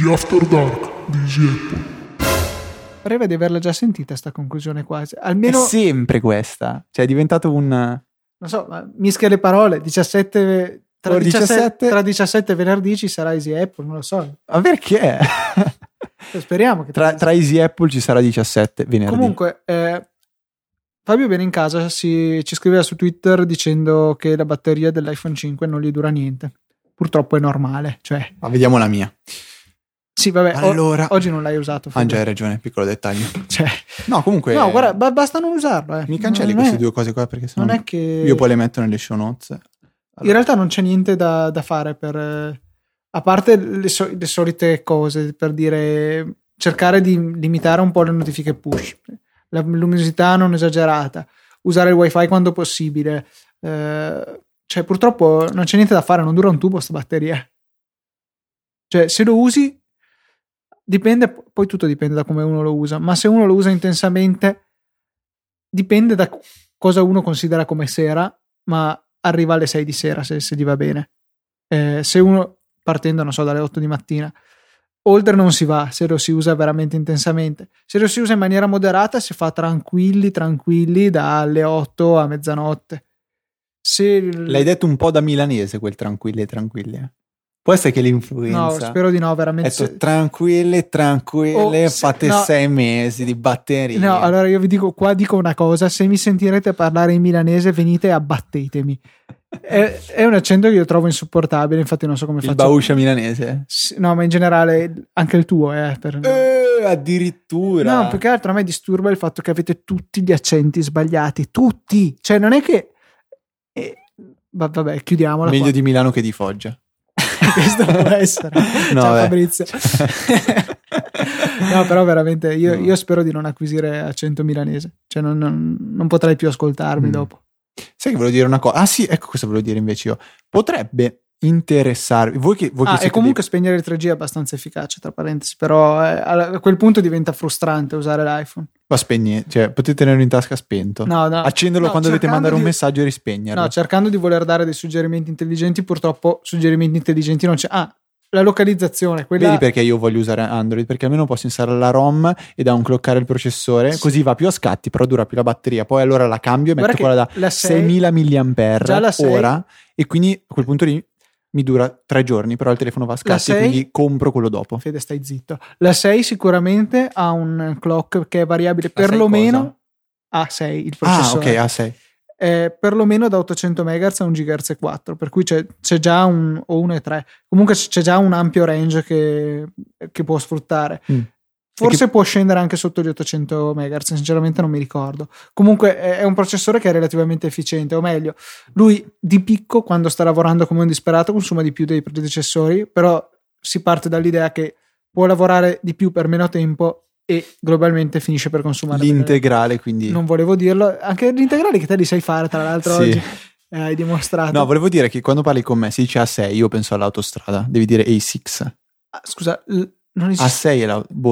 The After Dark di Easy Apple. Pareva di averla già sentita sta conclusione quasi. Almeno È sempre questa. Cioè è diventato un... non so, ma mischia le parole. 17 tra 17 tra 17 e venerdì ci sarà Easy Apple, non lo so. Ma perché? Speriamo che tra Easy Apple ci sarà 17 venerdì. Comunque Fabio Bene in casa ci scriveva su Twitter dicendo che la batteria dell'iPhone 5 non gli dura niente. Purtroppo è normale, cioè. Ma vediamo la mia. Sì, vabbè, allora... oggi non l'hai usato. Ah, già hai ragione, piccolo dettaglio. Cioè, no, comunque... No, guarda, basta non usarlo. Mi cancelli queste due cose qua perché sennò non è che... io poi le metto nelle show notes. Allora. In realtà non c'è niente da fare per... a parte le solite cose, per dire... cercare di limitare un po' le notifiche push. La luminosità non esagerata. Usare il wifi quando possibile. Cioè, purtroppo non c'è niente da fare, non dura un tubo sta batteria. Cioè, se lo usi... dipende, poi tutto dipende da come uno lo usa, ma se uno lo usa intensamente dipende da cosa uno considera come sera, ma arriva alle 6 di sera se gli va bene. Se uno, partendo non so dalle 8 di mattina, oltre non si va se lo si usa veramente intensamente. Se lo si usa in maniera moderata si fa tranquilli dalle 8 a mezzanotte. L'hai detto un po' da milanese quel tranquilli. Può essere che l'influenza... No, spero di no, veramente. Detto, tranquille, fate 6 mesi di batteria. No, allora io vi dico una cosa: se mi sentirete parlare in milanese venite e abbattetemi. È un accento che io trovo insopportabile, infatti non so come faccio. Il bauscia milanese? No, ma in generale anche il tuo addirittura. No, più che altro a me disturba il fatto che avete tutti gli accenti sbagliati, tutti, cioè non è che vabbè, chiudiamola. Meglio qua. di Milano che di Foggia. Questo può essere. No, ciao Fabrizio. No, però veramente io spero di non acquisire accento milanese, cioè non potrei più ascoltarmi dopo. Sai che volevo dire una cosa? Ah sì, ecco cosa volevo dire invece io. Potrebbe interessarvi voi che e comunque spegnere il 3G è abbastanza efficace, tra parentesi, però a quel punto diventa frustrante usare l'iPhone. Ma cioè potete tenerlo in tasca spento. No. Accenderlo quando dovete mandare un messaggio e rispegnerlo. No, cercando di voler dare dei suggerimenti intelligenti, purtroppo suggerimenti intelligenti non c'è. La localizzazione, quella... Vedi perché io voglio usare Android? Perché almeno posso installare la ROM e downclockare il processore, sì. Così va più a scatti, però dura più la batteria. Poi allora la cambio e metto quella da 6000 mAh ora, e quindi a quel punto lì mi dura 3 giorni, però il telefono va a scatti, quindi compro quello dopo. Fede, stai zitto. La 6 sicuramente ha un clock che è variabile perlomeno a 6 il processore. Ah, ok, A6. Perlomeno da 800 MHz a 1 GHz 4, per cui c'è già o 1,3. Comunque c'è già un ampio range che può sfruttare. Forse può scendere anche sotto gli 800 MHz, sinceramente non mi ricordo. Comunque è un processore che è relativamente efficiente, o meglio, lui di picco, quando sta lavorando come un disperato, consuma di più dei predecessori, però si parte dall'idea che può lavorare di più per meno tempo e globalmente finisce per consumare l'integrale, quindi non volevo dirlo, anche l'integrale che te li sai fare tra l'altro. Sì. Oggi hai dimostrato. No, volevo dire che quando parli con me si dice A6, io penso all'autostrada, devi dire A6. Scusa, non esiste. A6 è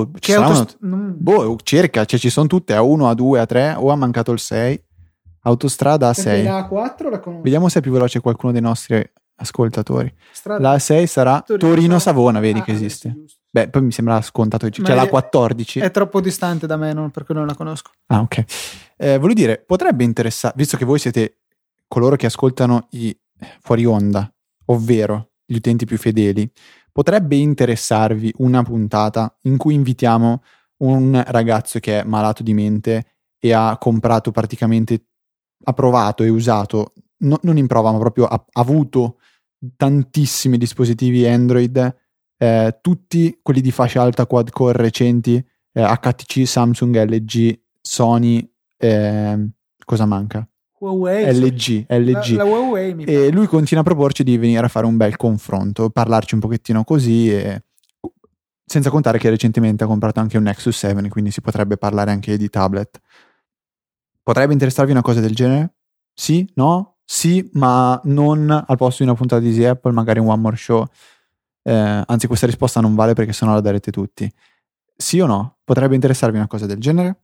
cerca, cioè ci sono tutte, A1, A2, A3, o ha mancato il 6. Autostrada A6. La A4 la conosco. Vediamo se è più veloce qualcuno dei nostri ascoltatori. La A6 sarà Torino-Savona, vedi che esiste. Giusto. Beh, poi mi sembra scontato, c'è la 14. È troppo distante da me, perché non la conosco. Ah, ok. Voglio dire, potrebbe interessare, visto che voi siete coloro che ascoltano i fuori onda, ovvero gli utenti più fedeli, potrebbe interessarvi una puntata in cui invitiamo un ragazzo che è malato di mente e ha comprato praticamente, ha provato e usato, non in prova, ma proprio ha avuto tantissimi dispositivi Android, tutti quelli di fascia alta quad core recenti, HTC, Samsung, LG, Sony, cosa manca? Huawei, LG. La Huawei mi e lui continua a proporci di venire a fare un bel confronto, parlarci un pochettino così, e senza contare che recentemente ha comprato anche un Nexus 7, quindi si potrebbe parlare anche di tablet. Potrebbe interessarvi una cosa del genere? Sì? No? Sì, ma non al posto di una puntata di Easy Apple, magari un One More Show. Anzi, questa risposta non vale perché sennò la darete tutti. Sì o no? Potrebbe interessarvi una cosa del genere?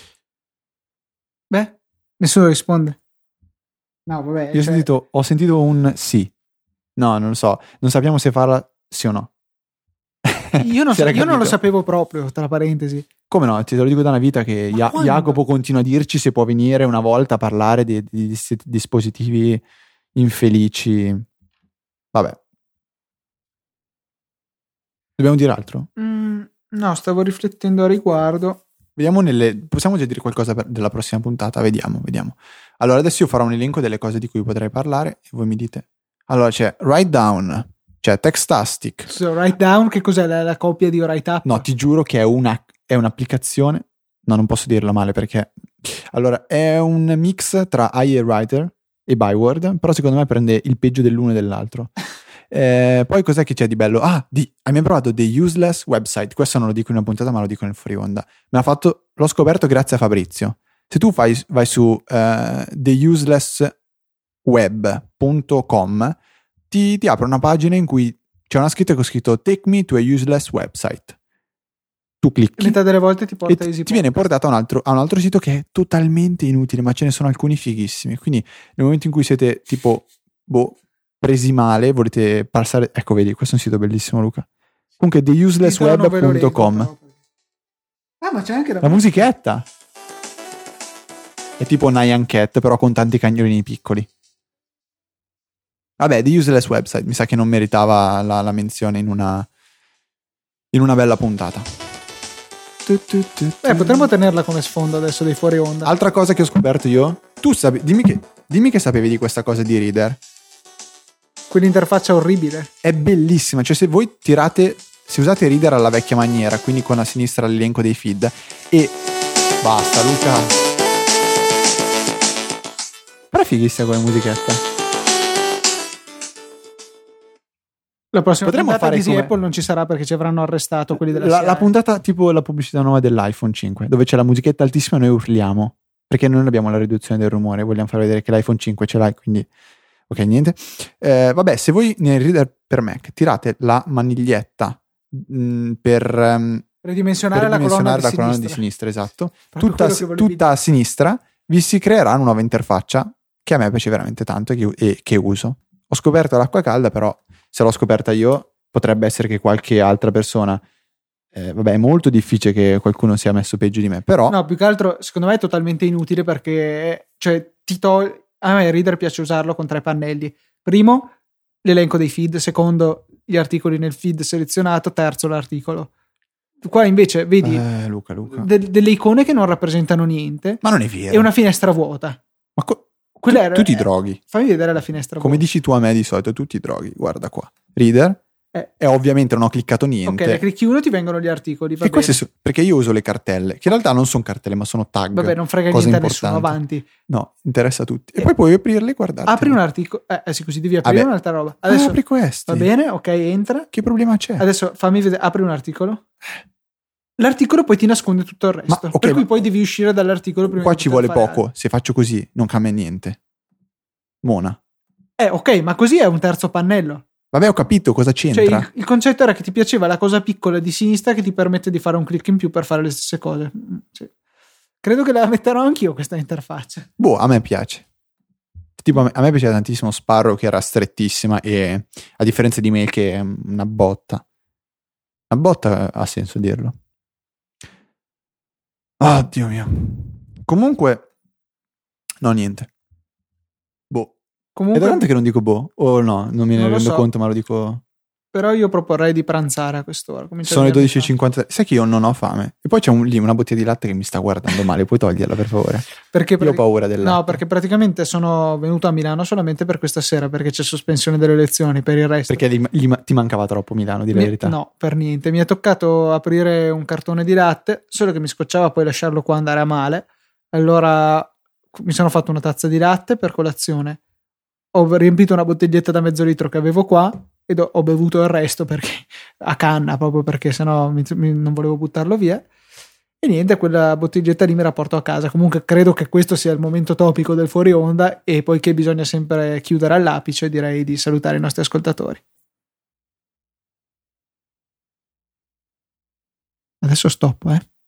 Beh, nessuno risponde. No, vabbè. Io ho sentito un sì. No, non lo so. Non sappiamo se farla sì o no. Io non, Si era io non lo capito. sapevo proprio, tra parentesi. Come no? Te lo dico da una vita che Ma quando? Jacopo continua a dirci se può venire una volta a parlare di questi dispositivi infelici. Vabbè. Dobbiamo dire altro? No, stavo riflettendo a riguardo. Vediamo possiamo già dire qualcosa della prossima puntata? Vediamo. Allora, adesso io farò un elenco delle cose di cui potrei parlare e voi mi dite. Allora, c'è Write Down, c'è Textastic. So, Write Down, che cos'è la copia di Write Up? No, ti giuro che è un'applicazione. No, non posso dirla male perché... Allora, è un mix tra iWriter e Byword, però secondo me prende il peggio dell'uno e dell'altro. Poi cos'è che c'è di bello? Abbiamo provato The Useless Website. Questo non lo dico in una puntata, ma lo dico nel fuori onda. L'ho scoperto grazie a Fabrizio. Se tu vai su theuselessweb.com, ti apre una pagina in cui c'è una scritta con scritto Take me to a useless website. Tu clicchi Metà delle volte ti porta e Easy ti viene Podcast. portato a un altro sito che è totalmente inutile, ma ce ne sono alcuni fighissimi. Quindi nel momento in cui siete tipo presi male, volete passare, ecco, vedi, questo è un sito bellissimo, Luca. Comunque theuselessweb.com. Ma c'è anche La musichetta è tipo Nyan Cat, però con tanti cagnolini piccoli. Vabbè, The Useless Website mi sa che non meritava la menzione in una bella puntata. Potremmo tenerla come sfondo adesso dei fuori onda. Altra cosa che ho scoperto io, dimmi che sapevi di questa cosa di Reader. Quell'interfaccia orribile. È bellissima, cioè se usate Reader alla vecchia maniera, quindi con a sinistra l'elenco dei feed e basta, Luca. Però è fighissima come musichetta. La prossima Potremmo puntata fare di Easy come- Apple non ci sarà perché ci avranno arrestato quelli della La SIAE. puntata tipo la pubblicità nuova dell'iPhone 5, dove c'è la musichetta altissima e noi urliamo, perché noi non abbiamo la riduzione del rumore, vogliamo far vedere che l'iPhone 5 ce l'hai, quindi ok, niente. Vabbè, se voi nel Reader per Mac tirate la maniglietta per ridimensionare la colonna di sinistra, esatto, Proprio quello che volevi tutta a sinistra, vi si creerà una nuova interfaccia che a me piace veramente tanto e che uso. Ho scoperto l'acqua calda, però se l'ho scoperta io, potrebbe essere che qualche altra persona... vabbè, è molto difficile che qualcuno sia messo peggio di me, però... No, più che altro, secondo me è totalmente inutile perché, cioè, a me il Reader piace usarlo con 3 pannelli. Primo, l'elenco dei feed. Secondo, gli articoli nel feed selezionato. Terzo, l'articolo. Qua invece, vedi, Luca. delle icone che non rappresentano niente Ma non è vero. e una finestra vuota. Ma Quella era- tu ti droghi. Fammi vedere la finestra Come vuota. dici tu a me di solito, tu ti droghi. Guarda qua. Reader. E ovviamente non ho cliccato niente. Ok, ne clicchi uno, ti vengono gli articoli. Va E bene. perché io uso le cartelle, che in realtà non sono cartelle, ma sono tag. Vabbè, non frega Cose niente a nessuno, importanti. avanti. No, interessa a tutti. E poi puoi aprirle e guardarti. Apri un articolo. Sì, così devi aprire Vabbè. un'altra roba. Adesso Apri questi. va bene, ok, entra. Che problema c'è? Adesso fammi vedere, apri un articolo. L'articolo poi ti nasconde tutto il resto. ok, per cui ma- poi devi uscire dall'articolo prima Qua di ci poter vuole fare poco. Se faccio così, non cambia niente. Mona. altro. Ok, ma così è un terzo pannello. Vabbè, ho capito cosa Cioè, c'entra. il concetto era che ti piaceva la cosa piccola di sinistra che ti permette di fare un click in più per fare le stesse cose. Sì. Credo che la metterò anch'io questa interfaccia. Boh, a me piace. Tipo, a me piaceva tantissimo Sparrow, che era strettissima, e a differenza di Mail, che è una botta. Una botta ha senso dirlo. Ah, Dio mio. Comunque, no, niente. Boh. È da Comunque, tanto che non dico boh. O no, non me ne Non lo rendo so. conto, ma lo dico. però io proporrei di pranzare a quest'ora. Sono le 12:53. Sai che io non ho fame. E poi c'è lì una bottiglia di latte che mi sta guardando male. Puoi toglierla, per favore? Perché Io ho paura del latte. No, perché praticamente sono venuto a Milano solamente per questa sera, perché c'è sospensione delle lezioni. Per il resto Perché ti mancava troppo Milano, di la verità. No, per niente. Mi è toccato aprire un cartone di latte, solo che mi scocciava poi lasciarlo qua andare a male. Allora mi sono fatto una tazza di latte per colazione. Ho riempito una bottiglietta da mezzo litro che avevo qua ed ho bevuto il resto perché a canna, proprio perché sennò non volevo buttarlo via. E niente, quella bottiglietta lì me la porto a casa. Comunque credo che questo sia il momento topico del fuori onda, e poiché bisogna sempre chiudere all'apice, direi di salutare i nostri ascoltatori. Adesso stop,